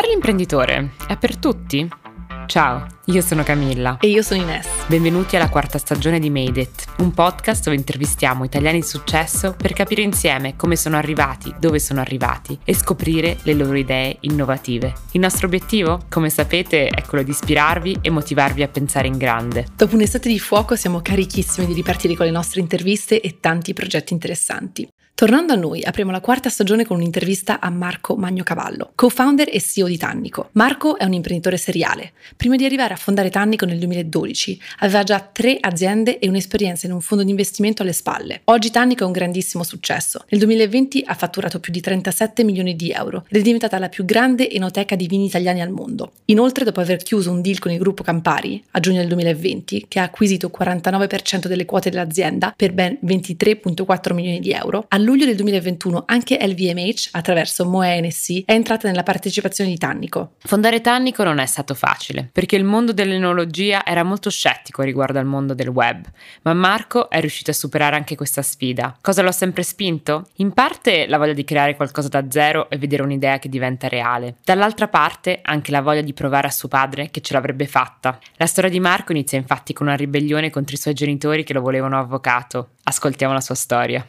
Fare l'imprenditore è per tutti? Ciao, io sono Camilla. E io sono Ines. Benvenuti alla quarta stagione di Made It, un podcast dove intervistiamo italiani di successo per capire insieme come sono arrivati, dove sono arrivati e scoprire le loro idee innovative. Il nostro obiettivo, come sapete, è quello di ispirarvi e motivarvi a pensare in grande. Dopo un'estate di fuoco siamo carichissimi di ripartire con le nostre interviste e tanti progetti interessanti. Tornando a noi, apriamo la quarta stagione con un'intervista a Marco Magnocavallo, co-founder e CEO di Tannico. Marco è un imprenditore seriale. Prima di arrivare a fondare Tannico nel 2012, aveva già 3 aziende e un'esperienza in un fondo di investimento alle spalle. Oggi Tannico è un grandissimo successo. Nel 2020 ha fatturato più di 37 milioni di euro ed è diventata la più grande enoteca di vini italiani al mondo. Inoltre, dopo aver chiuso un deal con il gruppo Campari, a giugno del 2020, che ha acquisito il 49% delle quote dell'azienda per ben 23,4 milioni di euro, a luglio del 2021 anche LVMH, attraverso Moët Hennessy, è entrata nella partecipazione di Tannico. Fondare Tannico non è stato facile, perché il mondo dell'enologia era molto scettico riguardo al mondo del web, ma Marco è riuscito a superare anche questa sfida. Cosa lo ha sempre spinto? In parte la voglia di creare qualcosa da zero e vedere un'idea che diventa reale. Dall'altra parte anche la voglia di provare a suo padre che ce l'avrebbe fatta. La storia di Marco inizia infatti con una ribellione contro i suoi genitori che lo volevano avvocato. Ascoltiamo la sua storia.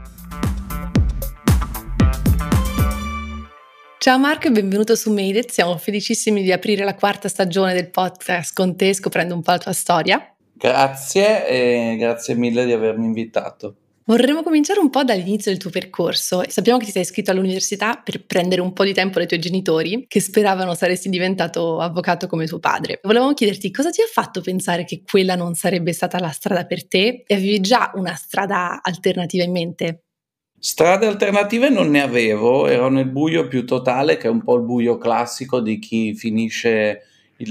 Ciao Marco e benvenuto su Made It, siamo felicissimi di aprire la quarta stagione del podcast con te, scoprendo un po' la tua storia. Grazie e grazie mille di avermi invitato. Vorremmo cominciare un po' dall'inizio del tuo percorso. Sappiamo che ti sei iscritto all'università per prendere un po' di tempo dai tuoi genitori, che speravano saresti diventato avvocato come tuo padre. Volevamo chiederti cosa ti ha fatto pensare che quella non sarebbe stata la strada per te e avevi già una strada alternativa in mente? Strade alternative non ne avevo, ero nel buio più totale, che è un po' il buio classico di chi finisce il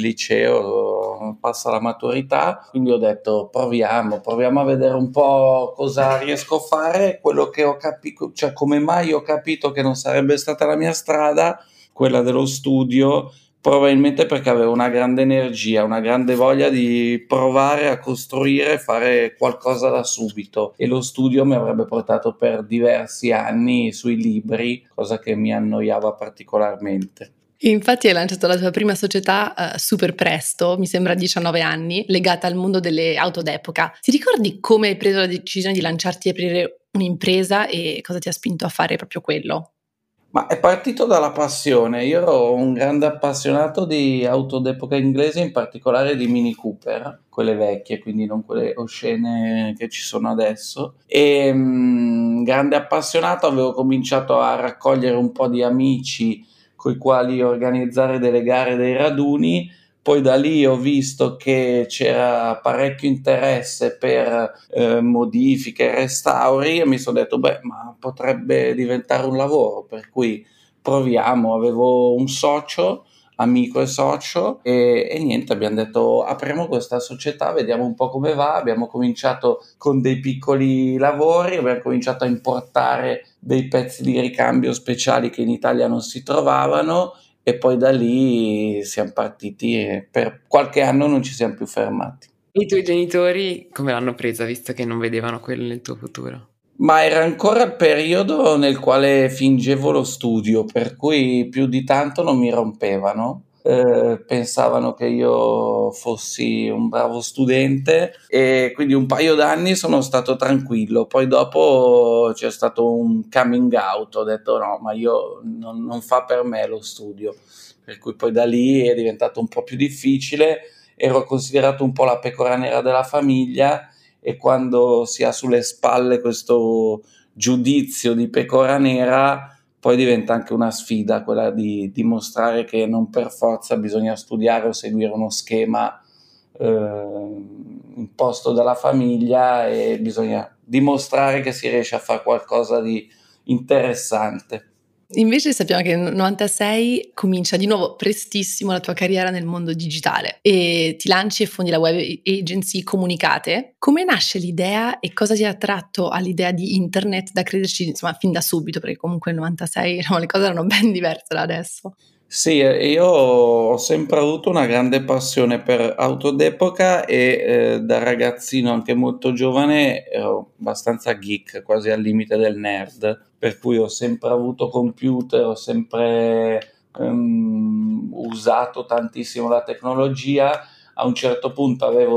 liceo, passa la maturità, quindi ho detto proviamo a vedere un po' cosa riesco a fare. Quello che ho capito, cioè come mai ho capito che non sarebbe stata la mia strada, quella dello studio, probabilmente perché avevo una grande energia, una grande voglia di provare a costruire e fare qualcosa da subito, e lo studio mi avrebbe portato per diversi anni sui libri, cosa che mi annoiava particolarmente. Infatti hai lanciato la tua prima società super presto, mi sembra a 19 anni, legata al mondo delle auto d'epoca. Ti ricordi come hai preso la decisione di lanciarti e aprire un'impresa e cosa ti ha spinto a fare proprio quello? Ma è partito dalla passione. Io ero un grande appassionato di auto d'epoca inglese, in particolare di Mini Cooper, quelle vecchie, quindi non quelle oscene che ci sono adesso. E grande appassionato, avevo cominciato a raccogliere un po' di amici coi quali organizzare delle gare, dei raduni. Poi da lì ho visto che c'era parecchio interesse per modifiche e restauri, e mi sono detto ma potrebbe diventare un lavoro, per cui proviamo. Avevo un socio, amico e socio, e niente, abbiamo detto apriamo questa società, vediamo un po' come va. Abbiamo cominciato con dei piccoli lavori, abbiamo cominciato a importare dei pezzi di ricambio speciali che in Italia non si trovavano, e poi da lì siamo partiti e per qualche anno non ci siamo più fermati. I tuoi genitori come l'hanno presa, visto che non vedevano quello nel tuo futuro? Ma era ancora il periodo nel quale fingevo lo studio, per cui più di tanto non mi rompevano. Pensavano che io fossi un bravo studente, e quindi un paio d'anni sono stato tranquillo. Poi dopo c'è stato un coming out, ho detto no, ma io non fa per me lo studio, per cui poi da lì è diventato un po' più difficile. Ero considerato un po' la pecora nera della famiglia, e quando si ha sulle spalle questo giudizio di pecora nera, poi diventa anche una sfida quella di dimostrare che non per forza bisogna studiare o seguire uno schema imposto dalla famiglia, e bisogna dimostrare che si riesce a fare qualcosa di interessante. Invece sappiamo che nel 96 comincia di nuovo prestissimo la tua carriera nel mondo digitale e ti lanci e fondi la web agency Comunicate. Come nasce l'idea e cosa ti ha attratto all'idea di internet da crederci, insomma, fin da subito, perché comunque nel 96 le cose erano ben diverse da adesso. Sì, io ho sempre avuto una grande passione per auto d'epoca, e da ragazzino, anche molto giovane, ero abbastanza geek, quasi al limite del nerd, per cui ho sempre avuto computer, ho sempre usato tantissimo la tecnologia. A un certo punto avevo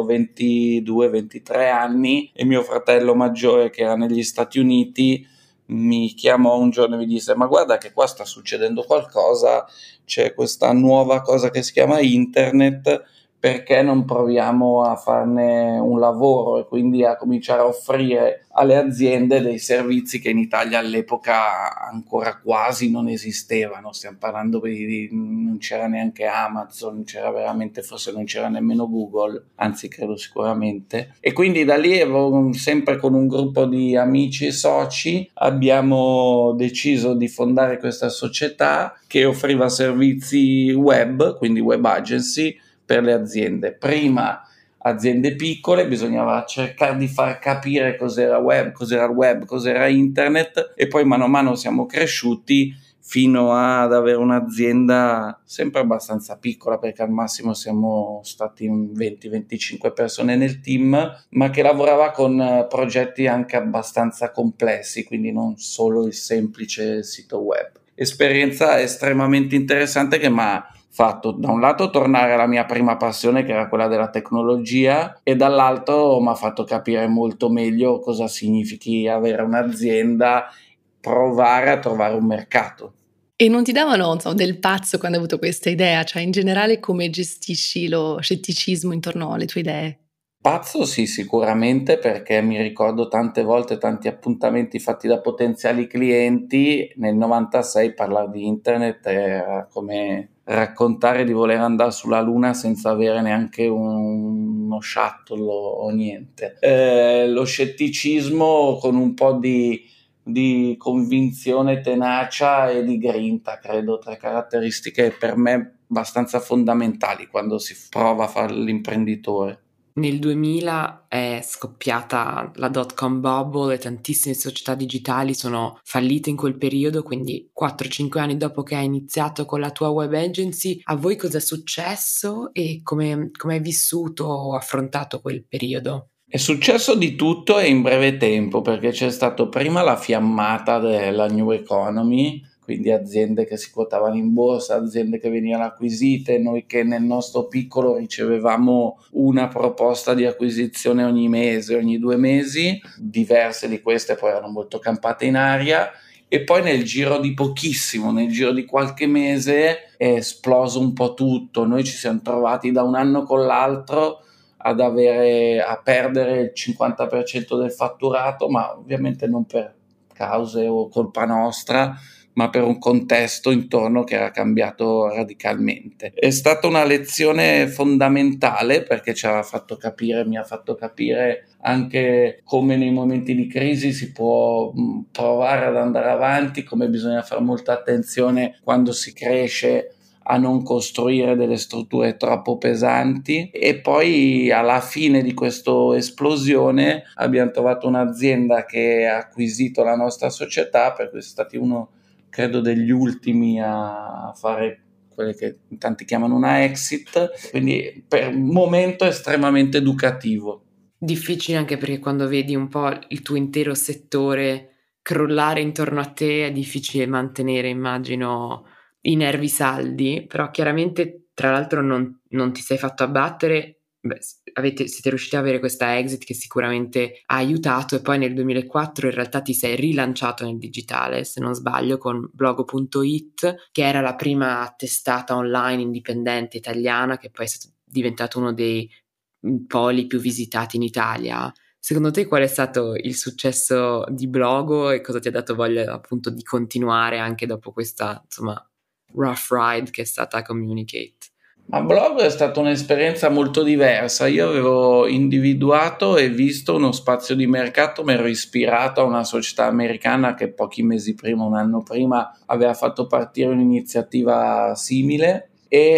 22-23 anni e mio fratello maggiore, che era negli Stati Uniti, mi chiamò un giorno e mi disse: ma guarda che qua sta succedendo qualcosa, c'è questa nuova cosa che si chiama internet, perché non proviamo a farne un lavoro e quindi a cominciare a offrire alle aziende dei servizi che in Italia all'epoca ancora quasi non esistevano. Stiamo parlando non c'era neanche Amazon, non c'era veramente, forse non c'era nemmeno Google, anzi credo sicuramente. E quindi da lì, sempre con un gruppo di amici e soci, abbiamo deciso di fondare questa società che offriva servizi web, quindi web agency, per le aziende. Prima aziende piccole, bisognava cercare di far capire cos'era web, cos'era internet, e poi mano a mano siamo cresciuti fino ad avere un'azienda sempre abbastanza piccola, perché al massimo siamo stati 20-25 persone nel team, ma che lavorava con progetti anche abbastanza complessi, quindi non solo il semplice sito web. Esperienza estremamente interessante che mi ha fatto da un lato tornare alla mia prima passione, che era quella della tecnologia, e dall'altro mi ha fatto capire molto meglio cosa significhi avere un'azienda, provare a trovare un mercato. E non ti davano, insomma, del pazzo quando hai avuto questa idea? Cioè, in generale, come gestisci lo scetticismo intorno alle tue idee? Pazzo sì, sicuramente, perché mi ricordo tante volte tanti appuntamenti fatti da potenziali clienti. Nel 96 parlare di internet era come raccontare di voler andare sulla luna senza avere neanche uno shuttle o niente. Lo scetticismo con un po' di convinzione, tenacia e di grinta, credo, tre caratteristiche per me abbastanza fondamentali quando si prova a fare l'imprenditore. Nel 2000 è scoppiata la dot-com bubble e tantissime società digitali sono fallite in quel periodo, quindi 4-5 anni dopo che hai iniziato con la tua web agency, a voi cosa è successo e come hai vissuto o affrontato quel periodo? È successo di tutto e in breve tempo, perché c'è stato prima la fiammata della New Economy, quindi aziende che si quotavano in borsa, aziende che venivano acquisite, noi che nel nostro piccolo ricevevamo una proposta di acquisizione ogni mese, ogni 2 mesi, diverse di queste poi erano molto campate in aria. E poi nel giro di pochissimo, nel giro di qualche mese, è esploso un po' tutto. Noi ci siamo trovati da un anno con l'altro a perdere il 50% del fatturato, ma ovviamente non per cause o colpa nostra, ma per un contesto intorno che era cambiato radicalmente. È stata una lezione fondamentale, perché mi ha fatto capire anche come nei momenti di crisi si può provare ad andare avanti, come bisogna fare molta attenzione quando si cresce a non costruire delle strutture troppo pesanti. E poi alla fine di questa esplosione abbiamo trovato un'azienda che ha acquisito la nostra società, per cui è stati uno, credo, degli ultimi a fare quelle che tanti chiamano una exit, quindi per un momento estremamente educativo. Difficile anche perché quando vedi un po' il tuo intero settore crollare intorno a te è difficile mantenere, immagino, i nervi saldi, però chiaramente tra l'altro non ti sei fatto abbattere. Beh, siete riusciti ad avere questa exit che sicuramente ha aiutato, e poi nel 2004 in realtà ti sei rilanciato nel digitale, se non sbaglio, con blogo.it, che era la prima testata online indipendente italiana, che poi è diventato uno dei poli più visitati in Italia. Secondo te qual è stato il successo di Blogo e cosa ti ha dato voglia appunto di continuare anche dopo questa, insomma, rough ride che è stata Communicate? Ma Blog è stata un'esperienza molto diversa. Io avevo individuato e visto uno spazio di mercato, mi ero ispirato a una società americana che pochi mesi prima, un anno prima, aveva fatto partire un'iniziativa simile,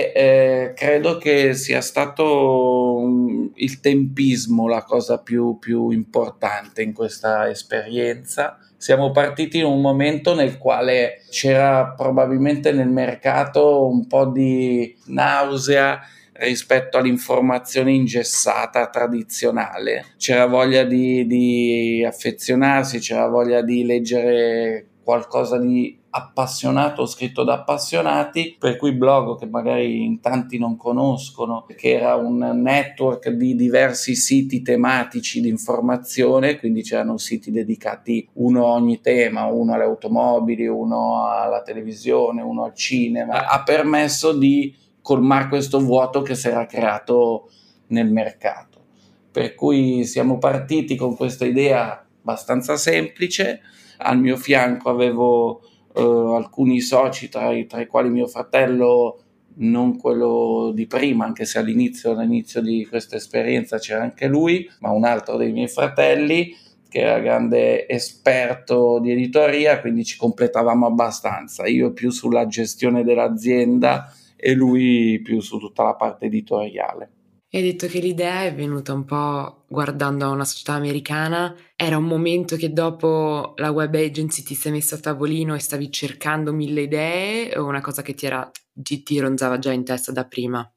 e credo che sia stato il tempismo la cosa più importante in questa esperienza. Siamo partiti in un momento nel quale c'era probabilmente nel mercato un po' di nausea rispetto all'informazione ingessata tradizionale. C'era voglia di affezionarsi, c'era voglia di leggere qualcosa di appassionato, scritto da appassionati, per cui blog, che magari in tanti non conoscono, che era un network di diversi siti tematici di informazione, quindi c'erano siti dedicati uno a ogni tema, uno alle automobili, uno alla televisione, uno al cinema, ha permesso di colmare questo vuoto che si era creato nel mercato. Per cui siamo partiti con questa idea abbastanza semplice. Al mio fianco avevo alcuni soci, tra i quali mio fratello, non quello di prima, anche se all'inizio di questa esperienza c'era anche lui, ma un altro dei miei fratelli che era grande esperto di editoria, quindi ci completavamo abbastanza, io più sulla gestione dell'azienda e lui più su tutta la parte editoriale. Hai detto che l'idea è venuta un po' guardando a una società americana. Era un momento che dopo la web agency ti sei messo a tavolino e stavi cercando 1000 idee, o una cosa che ti ronzava già in testa da prima?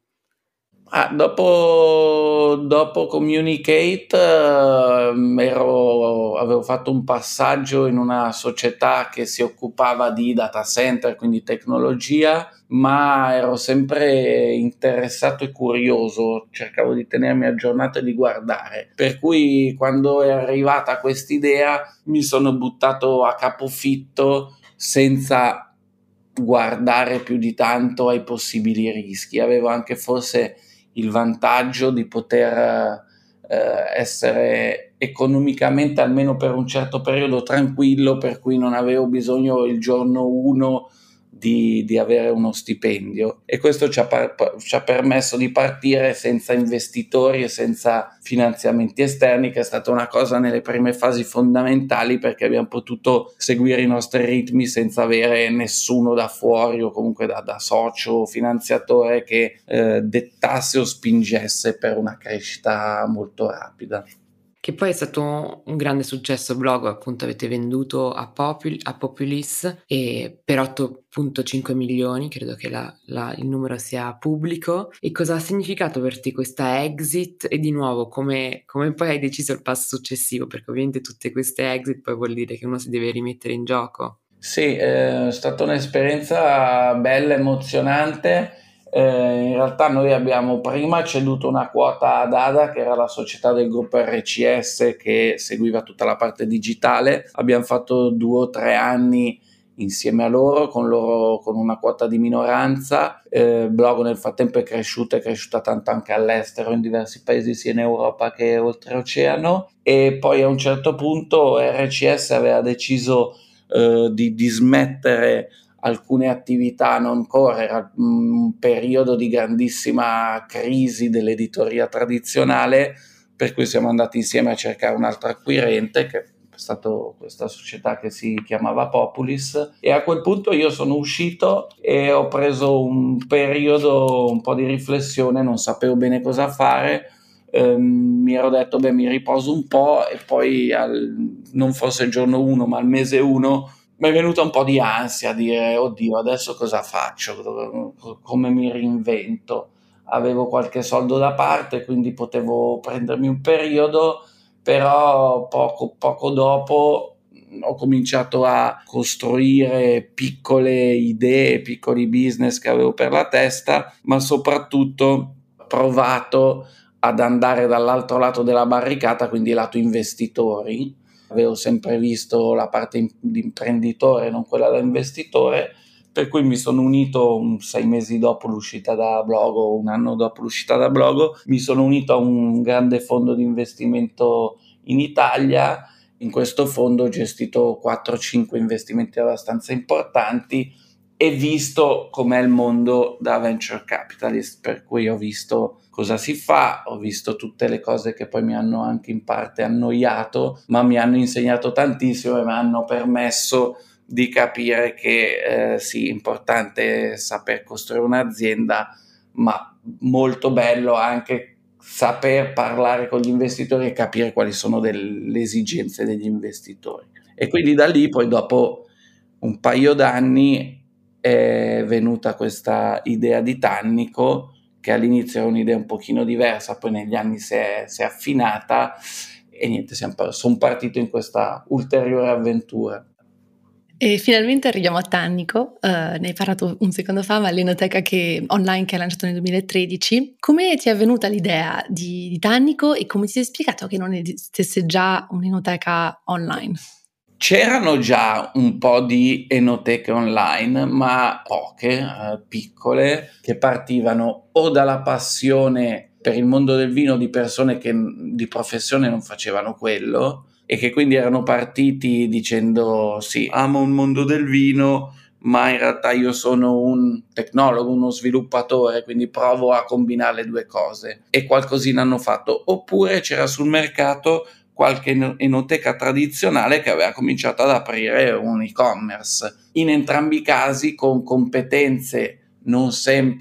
Dopo Communicate avevo fatto un passaggio in una società che si occupava di data center, quindi tecnologia, ma ero sempre interessato e curioso, cercavo di tenermi aggiornato e di guardare. Per cui quando è arrivata quest'idea mi sono buttato a capofitto senza guardare più di tanto ai possibili rischi. Avevo anche forse il vantaggio di poter essere economicamente, almeno per un certo periodo, tranquillo, per cui non avevo bisogno il giorno 1 di avere uno stipendio, e questo ci ha permesso di partire senza investitori e senza finanziamenti esterni, che è stata una cosa nelle prime fasi fondamentali, perché abbiamo potuto seguire i nostri ritmi senza avere nessuno da fuori o comunque da socio o finanziatore che dettasse o spingesse per una crescita molto rapida. Che poi è stato un grande successo blog, appunto avete venduto a Populis e per 8,5 milioni, credo che il numero sia pubblico. E cosa ha significato per te questa exit? E di nuovo, come poi hai deciso il passo successivo? Perché ovviamente tutte queste exit poi vuol dire che uno si deve rimettere in gioco. Sì, è stata un'esperienza bella, emozionante. In realtà noi abbiamo prima ceduto una quota ad Ada, che era la società del gruppo RCS che seguiva tutta la parte digitale. Abbiamo fatto 2 o 3 anni insieme a loro con una quota di minoranza. Blog nel frattempo è cresciuta tanto anche all'estero, in diversi paesi sia in Europa che oltreoceano, e poi a un certo punto RCS aveva deciso di dismettere alcune attività non core. Era un periodo di grandissima crisi dell'editoria tradizionale, per cui siamo andati insieme a cercare un altro acquirente, che è stato questa società che si chiamava Populis, e a quel punto io sono uscito e ho preso un periodo un po' di riflessione, non sapevo bene cosa fare. Mi ero detto mi riposo un po', e poi non fosse il giorno 1 ma al mese 1 mi è venuta un po' di ansia a dire oddio, adesso cosa faccio, come mi reinvento. Avevo qualche soldo da parte, quindi potevo prendermi un periodo, però poco dopo ho cominciato a costruire piccole idee, piccoli business che avevo per la testa, ma soprattutto provato ad andare dall'altro lato della barricata, quindi lato investitori. Avevo sempre visto la parte di imprenditore, non quella da investitore, per cui mi sono unito 6 mesi dopo l'uscita da blog, o un anno dopo l'uscita da blog, mi sono unito a un grande fondo di investimento in Italia. In questo fondo ho gestito 4-5 investimenti abbastanza importanti e visto com'è il mondo da venture capitalist, per cui ho visto cosa si fa, ho visto tutte le cose che poi mi hanno anche in parte annoiato, ma mi hanno insegnato tantissimo e mi hanno permesso di capire che sì, è importante saper costruire un'azienda, ma molto bello anche saper parlare con gli investitori e capire quali sono le esigenze degli investitori. E quindi da lì poi dopo un paio d'anni è venuta questa idea di Tannico, che all'inizio era un'idea un pochino diversa, poi negli anni si è affinata, e niente, sono partito in questa ulteriore avventura. E finalmente arriviamo a Tannico, ne hai parlato un secondo fa, ma l'enoteca online che hai lanciato nel 2013. Come ti è venuta l'idea di Tannico e come ti sei spiegato che non esistesse già un'enoteca online? C'erano già un po' di enoteche online, ma poche, piccole, che partivano o dalla passione per il mondo del vino di persone che di professione non facevano quello e che quindi erano partiti dicendo sì, amo il mondo del vino, ma in realtà io sono un tecnologo, uno sviluppatore, quindi provo a combinare le due cose e qualcosina hanno fatto. Oppure c'era sul mercato qualche enoteca tradizionale che aveva cominciato ad aprire un e-commerce, in entrambi i casi con competenze non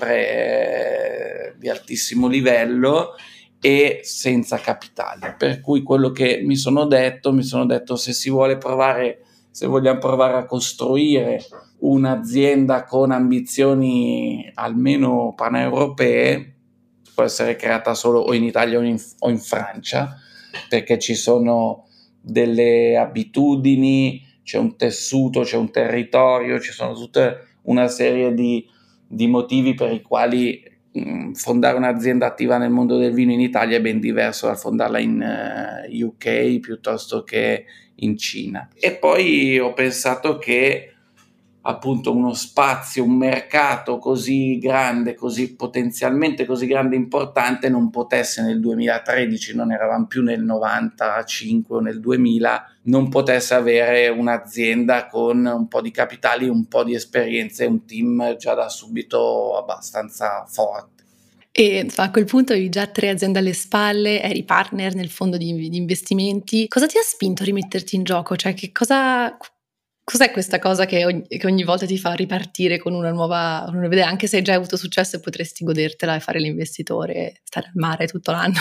sempre di altissimo livello e senza capitali. Per cui quello che mi sono detto se vogliamo provare a costruire un'azienda con ambizioni almeno paneuropee, può essere creata solo o in Italia o in Francia, perché ci sono delle abitudini, c'è un tessuto, c'è un territorio, ci sono tutta una serie di motivi per i quali fondare un'azienda attiva nel mondo del vino in Italia è ben diverso dal fondarla in UK piuttosto che in Cina. E poi ho pensato che appunto uno spazio, un mercato così grande, così potenzialmente così grande e importante non potesse nel 2013, non eravamo più nel 95 o nel 2000, non potesse avere un'azienda con un po' di capitali, un po' di esperienze e un team già da subito abbastanza forte. E a quel punto avevi già 3 aziende alle spalle, eri partner nel fondo di investimenti. Cosa ti ha spinto a rimetterti in gioco? Cioè cos'è questa cosa che ogni volta ti fa ripartire con una nuova idea, anche se hai già avuto successo e potresti godertela e fare l'investitore, stare al mare tutto l'anno?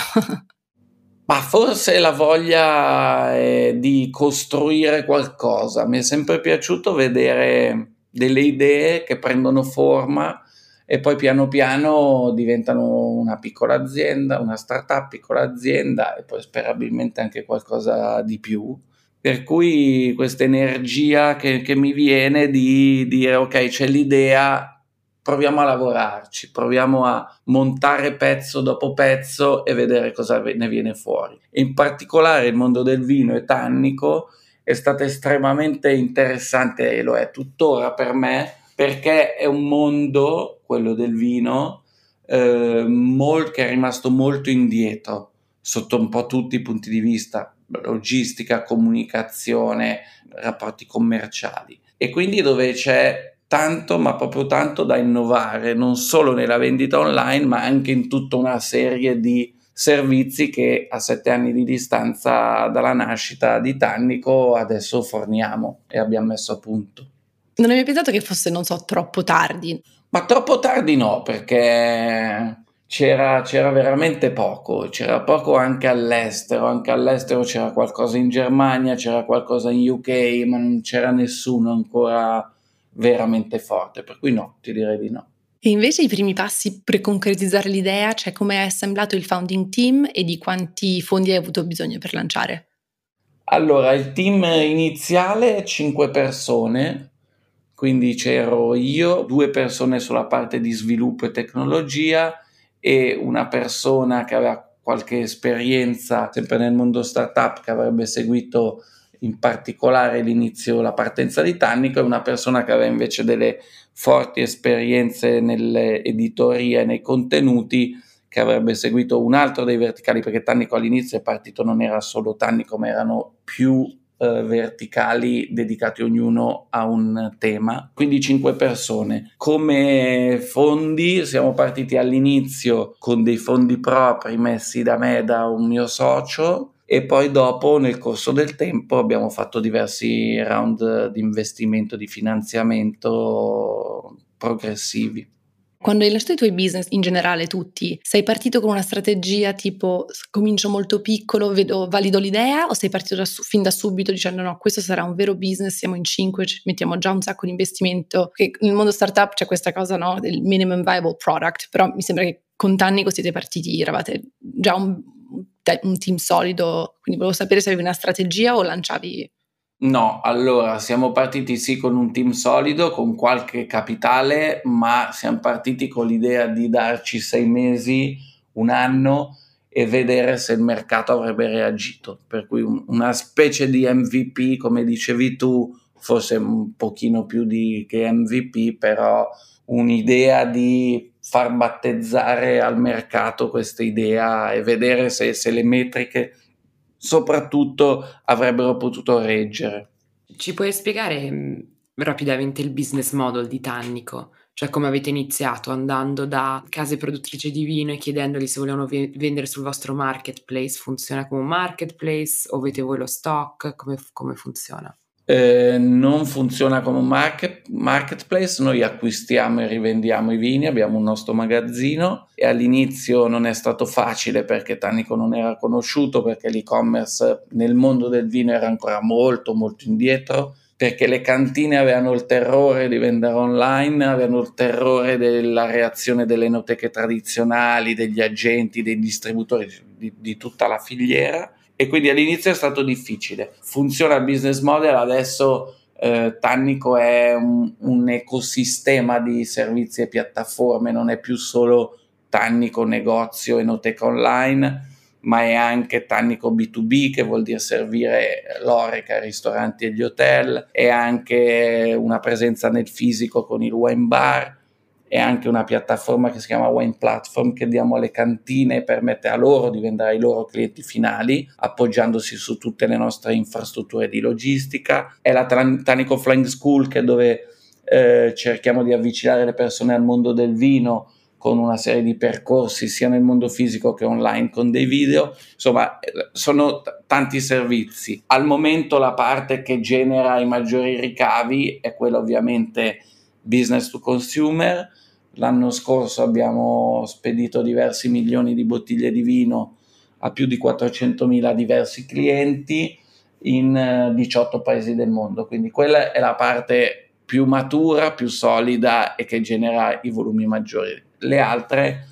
Ma forse la voglia di costruire qualcosa. Mi è sempre piaciuto vedere delle idee che prendono forma e poi piano piano diventano una piccola azienda, una startup, piccola azienda e poi sperabilmente anche qualcosa di più. Per cui questa energia che mi viene di dire ok, c'è l'idea, proviamo a lavorarci, proviamo a montare pezzo dopo pezzo e vedere cosa ne viene fuori. In particolare il mondo del vino e Tannico è stato estremamente interessante e lo è tuttora per me, perché è un mondo, quello del vino, che è rimasto molto indietro sotto un po' tutti i punti di vista, logistica, comunicazione, rapporti commerciali, e quindi dove c'è tanto, ma proprio tanto da innovare, non solo nella vendita online, ma anche in tutta una serie di servizi che a 7 anni di distanza dalla nascita di Tannico adesso forniamo e abbiamo messo a punto. Non hai mai pensato che fosse, non so, troppo tardi? Ma troppo tardi no, perché c'era veramente poco, c'era poco anche all'estero c'era qualcosa in Germania, c'era qualcosa in UK, ma non c'era nessuno ancora veramente forte, per cui no, ti direi di no. E invece i primi passi per concretizzare l'idea, cioè come hai assemblato il founding team e di quanti fondi hai avuto bisogno per lanciare? Allora, il team iniziale 5 persone, quindi c'ero io, 2 persone sulla parte di sviluppo e tecnologia e una persona che aveva qualche esperienza sempre nel mondo startup, che avrebbe seguito in particolare l'inizio, la partenza di Tannico, e una persona che aveva invece delle forti esperienze nell'editoria e nei contenuti, che avrebbe seguito un altro dei verticali, perché Tannico all'inizio è partito, non era solo Tannico, ma erano più verticali dedicati ognuno a un tema, quindi 5 persone. Come fondi siamo partiti all'inizio con dei fondi propri messi da me, da un mio socio, e poi dopo nel corso del tempo abbiamo fatto diversi round di investimento, di finanziamento progressivi. Quando hai lanciato i tuoi business in generale tutti, sei partito con una strategia tipo comincio molto piccolo, valido l'idea, o sei partito fin da subito dicendo no, questo sarà un vero business, siamo in 5, mettiamo già un sacco di investimento? Che nel mondo startup c'è questa cosa, no, del minimum viable product, però mi sembra che con Tannico siete partiti, eravate già un team solido, quindi volevo sapere se avevi una strategia o lanciavi. No, allora siamo partiti sì con un team solido, con qualche capitale, ma siamo partiti con l'idea di darci 6 mesi, un anno e vedere se il mercato avrebbe reagito. Per cui una specie di MVP, come dicevi tu, forse un pochino più che MVP, però un'idea di far battezzare al mercato questa idea e vedere se le metriche soprattutto avrebbero potuto reggere. Ci puoi spiegare rapidamente il business model di Tannico? Cioè come avete iniziato, andando da case produttrici di vino e chiedendogli se volevano vendere sul vostro marketplace? Funziona come un marketplace o avete voi lo stock? Come funziona? Non funziona come un marketplace, noi acquistiamo e rivendiamo i vini, abbiamo un nostro magazzino e all'inizio non è stato facile perché Tannico non era conosciuto, perché l'e-commerce nel mondo del vino era ancora molto molto indietro, perché le cantine avevano il terrore di vendere online, avevano il terrore della reazione delle enoteche tradizionali, degli agenti, dei distributori, di tutta la filiera. E quindi all'inizio è stato difficile. Funziona il business model, adesso Tannico è un ecosistema di servizi e piattaforme, non è più solo Tannico negozio, enoteca online, ma è anche Tannico B2B, che vuol dire servire l'Horeca ai ristoranti e gli hotel, è anche una presenza nel fisico con il wine bar, è anche una piattaforma che si chiama Wine Platform che diamo alle cantine e permette a loro di vendere ai loro clienti finali appoggiandosi su tutte le nostre infrastrutture di logistica. È la Tannico Flying School, che è dove cerchiamo di avvicinare le persone al mondo del vino con una serie di percorsi sia nel mondo fisico che online con dei video. Insomma, sono tanti servizi. Al momento la parte che genera i maggiori ricavi è quella ovviamente business to consumer. L'anno scorso abbiamo spedito diversi milioni di bottiglie di vino a più di 400.000 diversi clienti in 18 paesi del mondo, quindi quella è la parte più matura, più solida e che genera i volumi maggiori. Le altre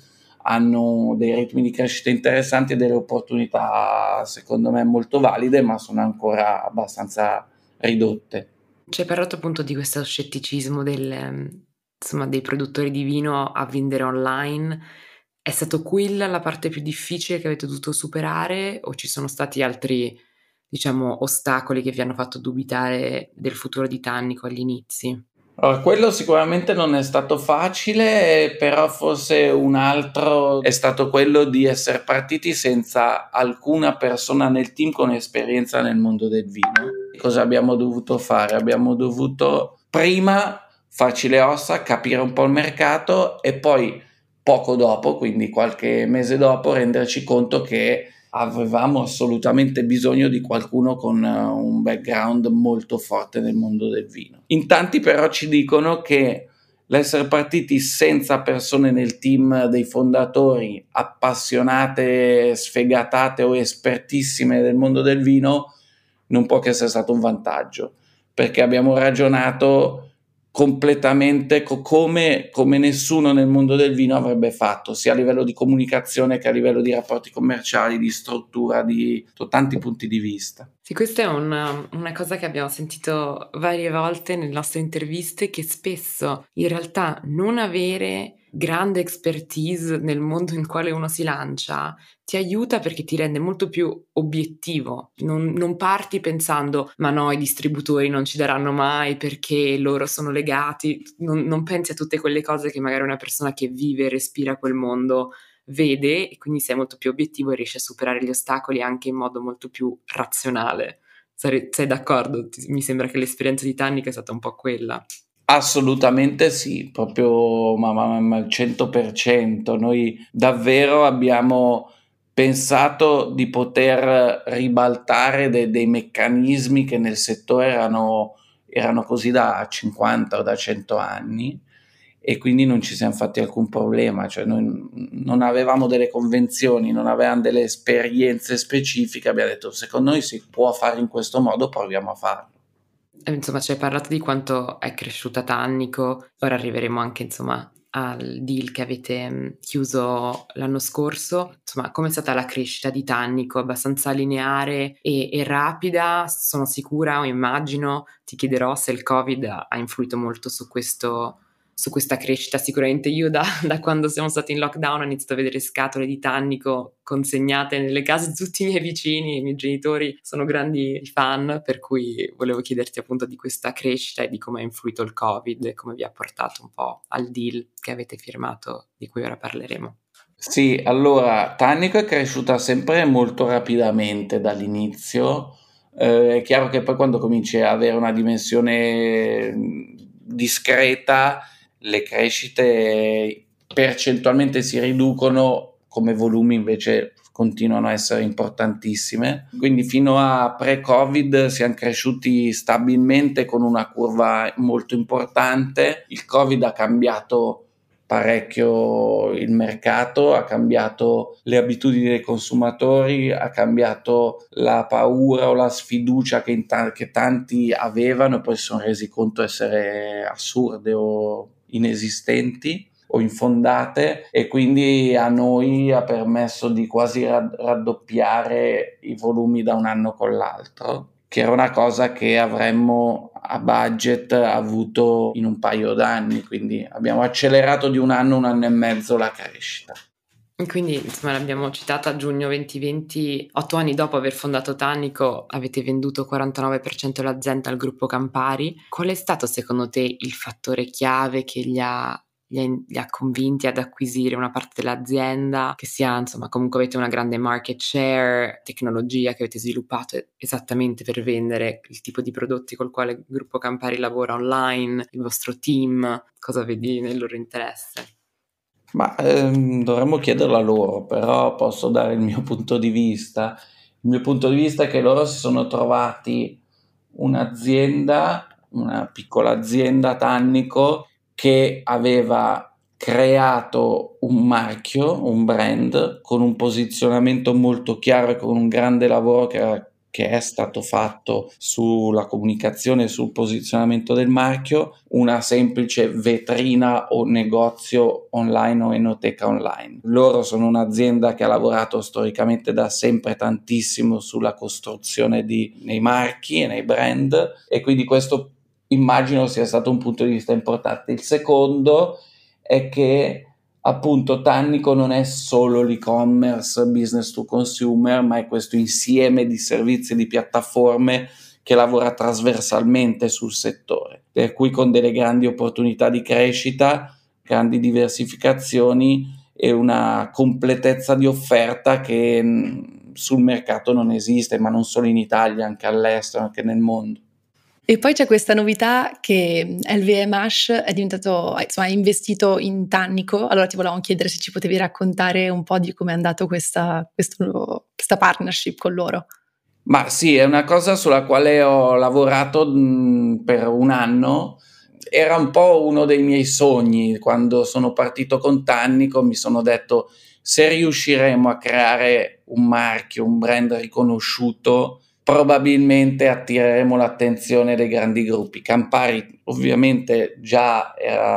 hanno dei ritmi di crescita interessanti e delle opportunità secondo me molto valide, ma sono ancora abbastanza ridotte. Ci hai parlato appunto di questo scetticismo insomma, dei produttori di vino a vendere online. È stato quella la parte più difficile che avete dovuto superare o ci sono stati altri, diciamo, ostacoli che vi hanno fatto dubitare del futuro di Tannico agli inizi? Allora, quello sicuramente non è stato facile, però forse un altro è stato quello di essere partiti senza alcuna persona nel team con esperienza nel mondo del vino. Cosa abbiamo dovuto fare? Abbiamo dovuto prima farci le ossa, capire un po' il mercato e poi poco dopo, quindi qualche mese dopo, renderci conto che avevamo assolutamente bisogno di qualcuno con un background molto forte nel mondo del vino. In tanti però ci dicono che l'essere partiti senza persone nel team dei fondatori appassionate, sfegatate o espertissime del mondo del vino non può che essere stato un vantaggio, perché abbiamo ragionato completamente come nessuno nel mondo del vino avrebbe fatto, sia a livello di comunicazione che a livello di rapporti commerciali, di struttura, di tanti punti di vista. Sì, questa è una cosa che abbiamo sentito varie volte nelle nostre interviste, che spesso in realtà non avere grande expertise nel mondo in quale uno si lancia ti aiuta perché ti rende molto più obiettivo. Non parti pensando ma no, i distributori non ci daranno mai perché loro sono legati, non pensi a tutte quelle cose che magari una persona che vive e respira quel mondo vede, e quindi sei molto più obiettivo e riesci a superare gli ostacoli anche in modo molto più razionale. Sei d'accordo? Mi sembra che l'esperienza di Tannico è stata un po' quella. Assolutamente sì, proprio ma al 100%. Noi davvero abbiamo pensato di poter ribaltare dei meccanismi che nel settore erano così da 50 o da 100 anni e quindi non ci siamo fatti alcun problema, cioè noi non avevamo delle convenzioni, non avevamo delle esperienze specifiche, abbiamo detto secondo noi si può fare in questo modo, proviamo a farlo. Insomma, ci hai parlato di quanto è cresciuta Tannico, ora arriveremo anche, insomma, al deal che avete chiuso l'anno scorso, insomma, com'è stata la crescita di Tannico? Abbastanza lineare e rapida? Sono sicura o immagino, ti chiederò se il Covid ha influito molto su questa crescita. Sicuramente io da quando siamo stati in lockdown ho iniziato a vedere scatole di Tannico consegnate nelle case di tutti i miei vicini, i miei genitori sono grandi fan, per cui volevo chiederti appunto di questa crescita e di come ha influito il Covid e come vi ha portato un po' al deal che avete firmato, di cui ora parleremo. Sì, allora, Tannico è cresciuta sempre molto rapidamente dall'inizio. È chiaro che poi quando cominci a avere una dimensione discreta, le crescite percentualmente si riducono, come volumi invece continuano a essere importantissime. Quindi fino a pre-Covid siamo cresciuti stabilmente con una curva molto importante. Il Covid ha cambiato parecchio il mercato, ha cambiato le abitudini dei consumatori, ha cambiato la paura o la sfiducia che tanti avevano e poi si sono resi conto essere assurde o inesistenti o infondate, e quindi a noi ha permesso di quasi raddoppiare i volumi da un anno con l'altro, che era una cosa che avremmo a budget avuto in un paio d'anni, quindi abbiamo accelerato di un anno e mezzo la crescita. Quindi, insomma, l'abbiamo citata a giugno 2020, 8 anni dopo aver fondato Tannico, avete venduto 49% dell'azienda al gruppo Campari. Qual è stato secondo te il fattore chiave che li ha convinti ad acquisire una parte dell'azienda, che sia, insomma, comunque avete una grande market share, tecnologia che avete sviluppato esattamente per vendere il tipo di prodotti col quale il gruppo Campari lavora online, il vostro team, cosa vedi nel loro interesse? Ma dovremmo chiederlo a loro, però posso dare il mio punto di vista. Il mio punto di vista è che loro si sono trovati un'azienda, una piccola azienda Tannico, che aveva creato un marchio, un brand, con un posizionamento molto chiaro e con un grande lavoro che è stato fatto sulla comunicazione e sul posizionamento del marchio, una semplice vetrina o negozio online o enoteca online. Loro sono un'azienda che ha lavorato storicamente da sempre tantissimo sulla costruzione nei marchi e nei brand, e quindi questo immagino sia stato un punto di vista importante. Il secondo è che appunto Tannico non è solo l'e-commerce business to consumer, ma è questo insieme di servizi e di piattaforme che lavora trasversalmente sul settore, per cui con delle grandi opportunità di crescita, grandi diversificazioni e una completezza di offerta che sul mercato non esiste, ma non solo in Italia, anche all'estero, anche nel mondo. E poi c'è questa novità che LVMH è diventato, insomma, è investito in Tannico. Allora ti volevamo chiedere se ci potevi raccontare un po' di come è andato questa partnership con loro. Ma sì, è una cosa sulla quale ho lavorato per un anno. Era un po' uno dei miei sogni. Quando sono partito con Tannico mi sono detto: se riusciremo a creare un marchio, un brand riconosciuto, probabilmente attireremo l'attenzione dei grandi gruppi. Campari ovviamente già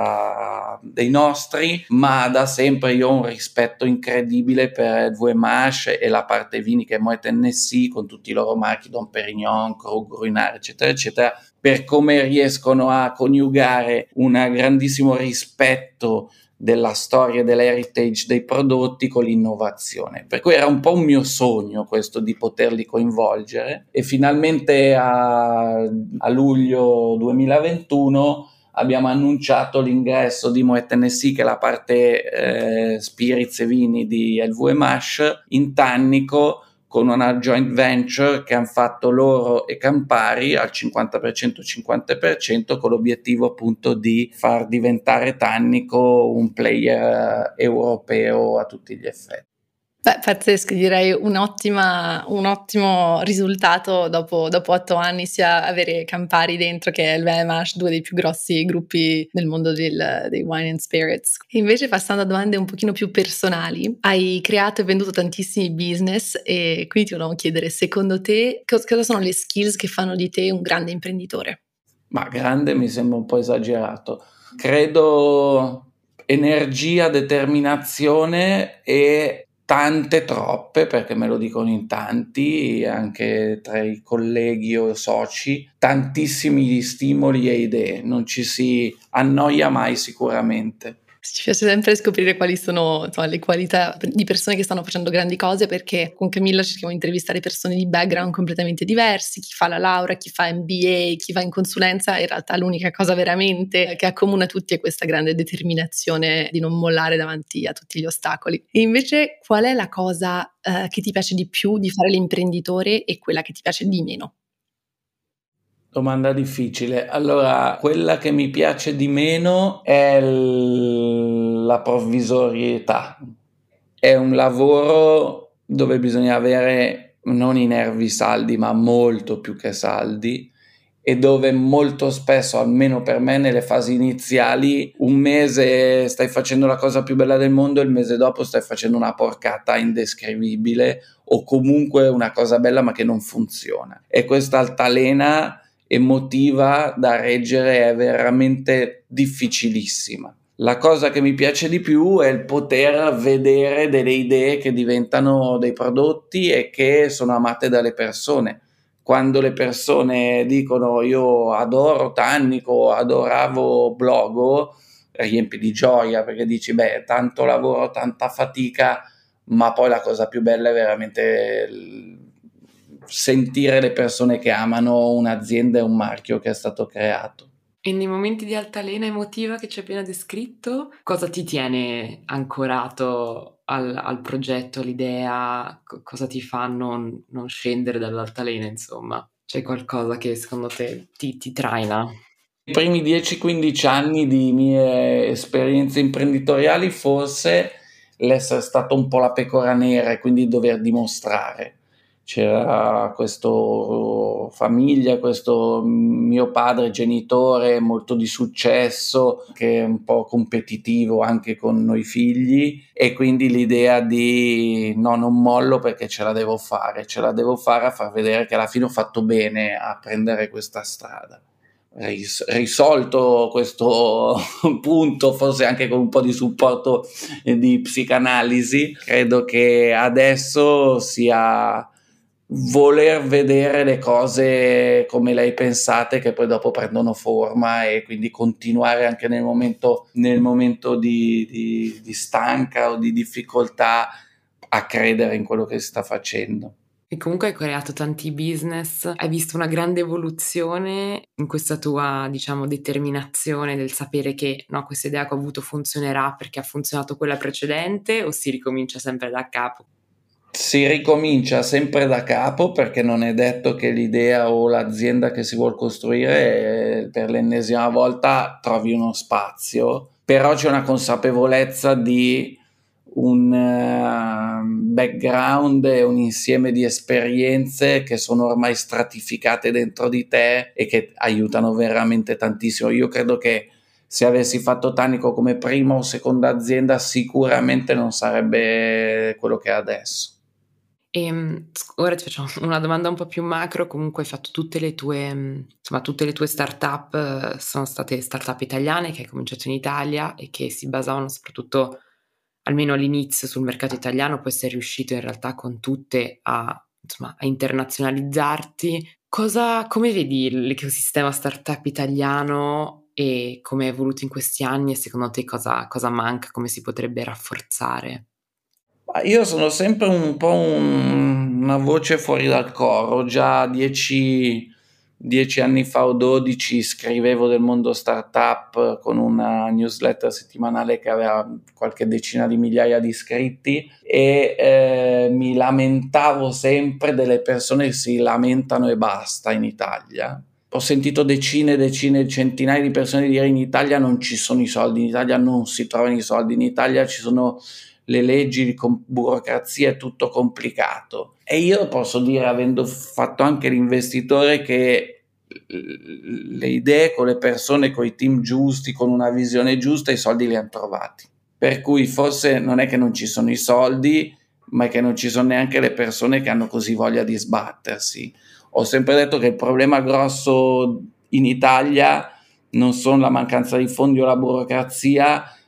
era dei nostri, ma da sempre io ho un rispetto incredibile per LVMH e la parte vini che è Moet Hennessy, con tutti i loro marchi, Dom Pérignon, Krug, Ruinart, eccetera, eccetera, per come riescono a coniugare un grandissimo rispetto della storia e dell'heritage dei prodotti con l'innovazione. Per cui era un po' un mio sogno questo di poterli coinvolgere, e finalmente a luglio 2021 abbiamo annunciato l'ingresso di Moet Hennessy, che è la parte spirits e vini di LVMH, in Tannico, con una joint venture che hanno fatto loro e Campari al 50%, con l'obiettivo appunto di far diventare Tannico un player europeo a tutti gli effetti. Beh, pazzesco, direi un ottimo risultato dopo 8 anni, sia avere Campari dentro che LVMH, due dei più grossi gruppi nel mondo dei wine and spirits. E invece, passando a domande un pochino più personali, hai creato e venduto tantissimi business, e quindi ti volevo chiedere, secondo te, cosa sono le skills che fanno di te un grande imprenditore? Ma grande mi sembra un po' esagerato. Credo energia, determinazione e tante, troppe, perché me lo dicono in tanti, anche tra i colleghi o soci, tantissimi stimoli e idee, non ci si annoia mai sicuramente. Ci piace sempre scoprire quali sono, insomma, le qualità di persone che stanno facendo grandi cose, perché con Camilla cerchiamo di intervistare persone di background completamente diversi, chi fa la laurea, chi fa MBA, chi va in consulenza. In realtà l'unica cosa veramente che accomuna tutti è questa grande determinazione di non mollare davanti a tutti gli ostacoli. E invece qual è la cosa che ti piace di più di fare l'imprenditore e quella che ti piace di meno? Domanda difficile. Allora, quella che mi piace di meno è la provvisorietà. È un lavoro dove bisogna avere non i nervi saldi, ma molto più che saldi, e dove molto spesso, almeno per me, nelle fasi iniziali, un mese stai facendo la cosa più bella del mondo e il mese dopo stai facendo una porcata indescrivibile o comunque una cosa bella ma che non funziona. E questa altalena emotiva da reggere è veramente difficilissima. La cosa che mi piace di più è il poter vedere delle idee che diventano dei prodotti e che sono amate dalle persone. Quando le persone dicono io adoro Tannico, adoravo Blogo, riempi di gioia perché dici beh, tanto lavoro, tanta fatica, ma poi la cosa più bella è veramente sentire le persone che amano un'azienda e un marchio che è stato creato. E nei momenti di altalena emotiva che ci hai appena descritto, cosa ti tiene ancorato al progetto, all'idea? Cosa ti fa non scendere dall'altalena, insomma? C'è qualcosa che secondo te ti traina? I primi 10-15 anni di mie esperienze imprenditoriali forse l'essere stato un po' la pecora nera e quindi dover dimostrare. C'era questo famiglia, questo mio padre genitore molto di successo, che è un po' competitivo anche con noi figli, e quindi l'idea di no, non mollo perché ce la devo fare a far vedere che alla fine ho fatto bene a prendere questa strada. Risolto questo punto, forse anche con un po' di supporto di psicanalisi, credo che adesso sia voler vedere le cose come le hai pensate, che poi dopo prendono forma, e quindi continuare anche nel momento di stanca o di difficoltà a credere in quello che si sta facendo. E comunque hai creato tanti business, hai visto una grande evoluzione in questa tua, diciamo, determinazione del sapere che no, questa idea che ho avuto funzionerà perché ha funzionato quella precedente, o si ricomincia sempre da capo? Si ricomincia sempre da capo, perché non è detto che l'idea o l'azienda che si vuol costruire per l'ennesima volta trovi uno spazio, però c'è una consapevolezza di un background e un insieme di esperienze che sono ormai stratificate dentro di te e che aiutano veramente tantissimo. Io credo che se avessi fatto Tannico come prima o seconda azienda sicuramente non sarebbe quello che è adesso. E ora ti faccio una domanda un po' più macro. Comunque hai fatto tutte le tue startup, sono state startup italiane che hai cominciato in Italia e che si basavano soprattutto, almeno all'inizio, sul mercato italiano. Poi sei riuscito in realtà con tutte a internazionalizzarti. Come vedi l'ecosistema startup italiano e come è evoluto in questi anni, e secondo te cosa manca, come si potrebbe rafforzare? Io sono sempre un po' una voce fuori dal coro. Già 10 anni fa o 12 scrivevo del mondo startup con una newsletter settimanale che aveva qualche decina di migliaia di iscritti, e mi lamentavo sempre delle persone che si lamentano e basta in Italia. Ho sentito decine, centinaia di persone dire in Italia non ci sono i soldi, in Italia non si trovano i soldi, in Italia ci sono le leggi, burocrazia, è tutto complicato. E io posso dire, avendo fatto anche l'investitore, che le idee con le persone, con i team giusti, con una visione giusta, i soldi li hanno trovati. Per cui forse non è che non ci sono i soldi, ma è che non ci sono neanche le persone che hanno così voglia di sbattersi. Ho sempre detto che il problema grosso in Italia non sono la mancanza di fondi o la burocrazia,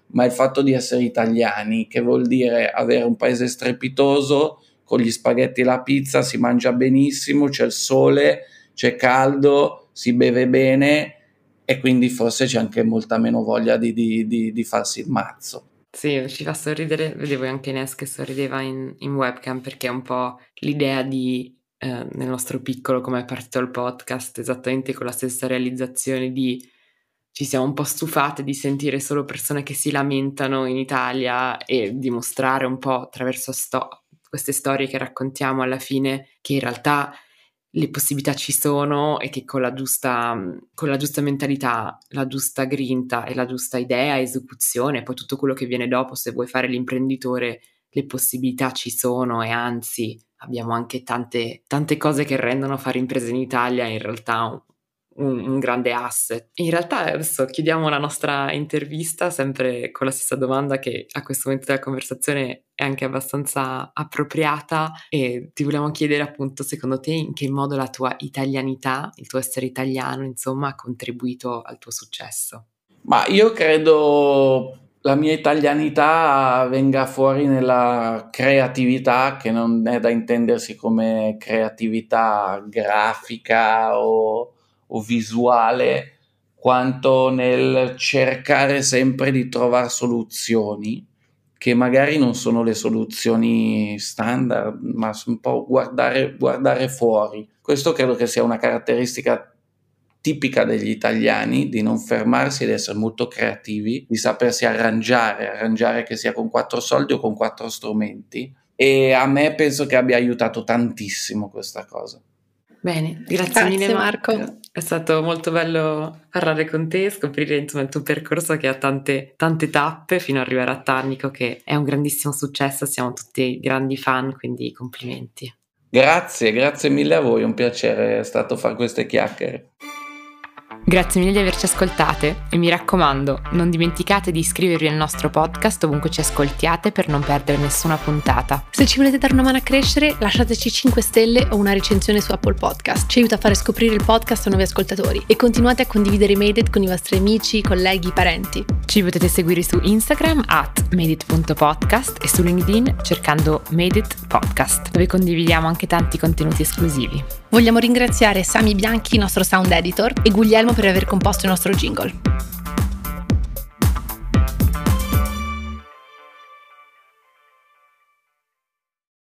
ma il fatto di essere italiani, che vuol dire avere un paese strepitoso, con gli spaghetti e la pizza si mangia benissimo, c'è il sole, c'è caldo, si beve bene e quindi forse c'è anche molta meno voglia di farsi il mazzo. Sì, ci fa sorridere, vedevo anche Ines che sorrideva in webcam, perché è un po' l'idea di, nel nostro piccolo, come è partito il podcast, esattamente con la stessa realizzazione di ci siamo un po' stufate di sentire solo persone che si lamentano in Italia e dimostrare un po' attraverso queste storie che raccontiamo alla fine che in realtà le possibilità ci sono e che con la giusta mentalità, la giusta grinta e la giusta idea, esecuzione, poi tutto quello che viene dopo, se vuoi fare l'imprenditore, le possibilità ci sono e anzi abbiamo anche tante cose che rendono fare imprese in Italia in realtà un grande asset. In realtà adesso chiudiamo la nostra intervista sempre con la stessa domanda che a questo momento della conversazione è anche abbastanza appropriata e ti volevamo chiedere appunto secondo te in che modo la tua italianità, il tuo essere italiano insomma ha contribuito al tuo successo. Ma io credo la mia italianità venga fuori nella creatività, che non è da intendersi come creatività grafica o visuale, quanto nel cercare sempre di trovare soluzioni che magari non sono le soluzioni standard, ma un po' guardare fuori. Questo credo che sia una caratteristica tipica degli italiani, di non fermarsi, di essere molto creativi, di sapersi arrangiare che sia con 4 soldi o con 4 strumenti, e a me penso che abbia aiutato tantissimo questa cosa. Bene, grazie mille Marco. È stato molto bello parlare con te, scoprire insomma il tuo percorso che ha tante tappe fino ad arrivare a Tannico, che è un grandissimo successo, siamo tutti grandi fan, quindi complimenti. Grazie mille a voi, è un piacere è stato fare queste chiacchiere. Grazie mille di averci ascoltate e mi raccomando, non dimenticate di iscrivervi al nostro podcast ovunque ci ascoltiate per non perdere nessuna puntata. Se ci volete dare una mano a crescere, lasciateci 5 stelle o una recensione su Apple Podcast. Ci aiuta a fare scoprire il podcast a nuovi ascoltatori e continuate a condividere Made It con i vostri amici, colleghi, parenti. Ci potete seguire su Instagram @madeit.podcast e su LinkedIn cercando Made It Podcast, dove condividiamo anche tanti contenuti esclusivi. Vogliamo ringraziare Sami Bianchi, nostro sound editor, e Guglielmo per aver composto il nostro jingle.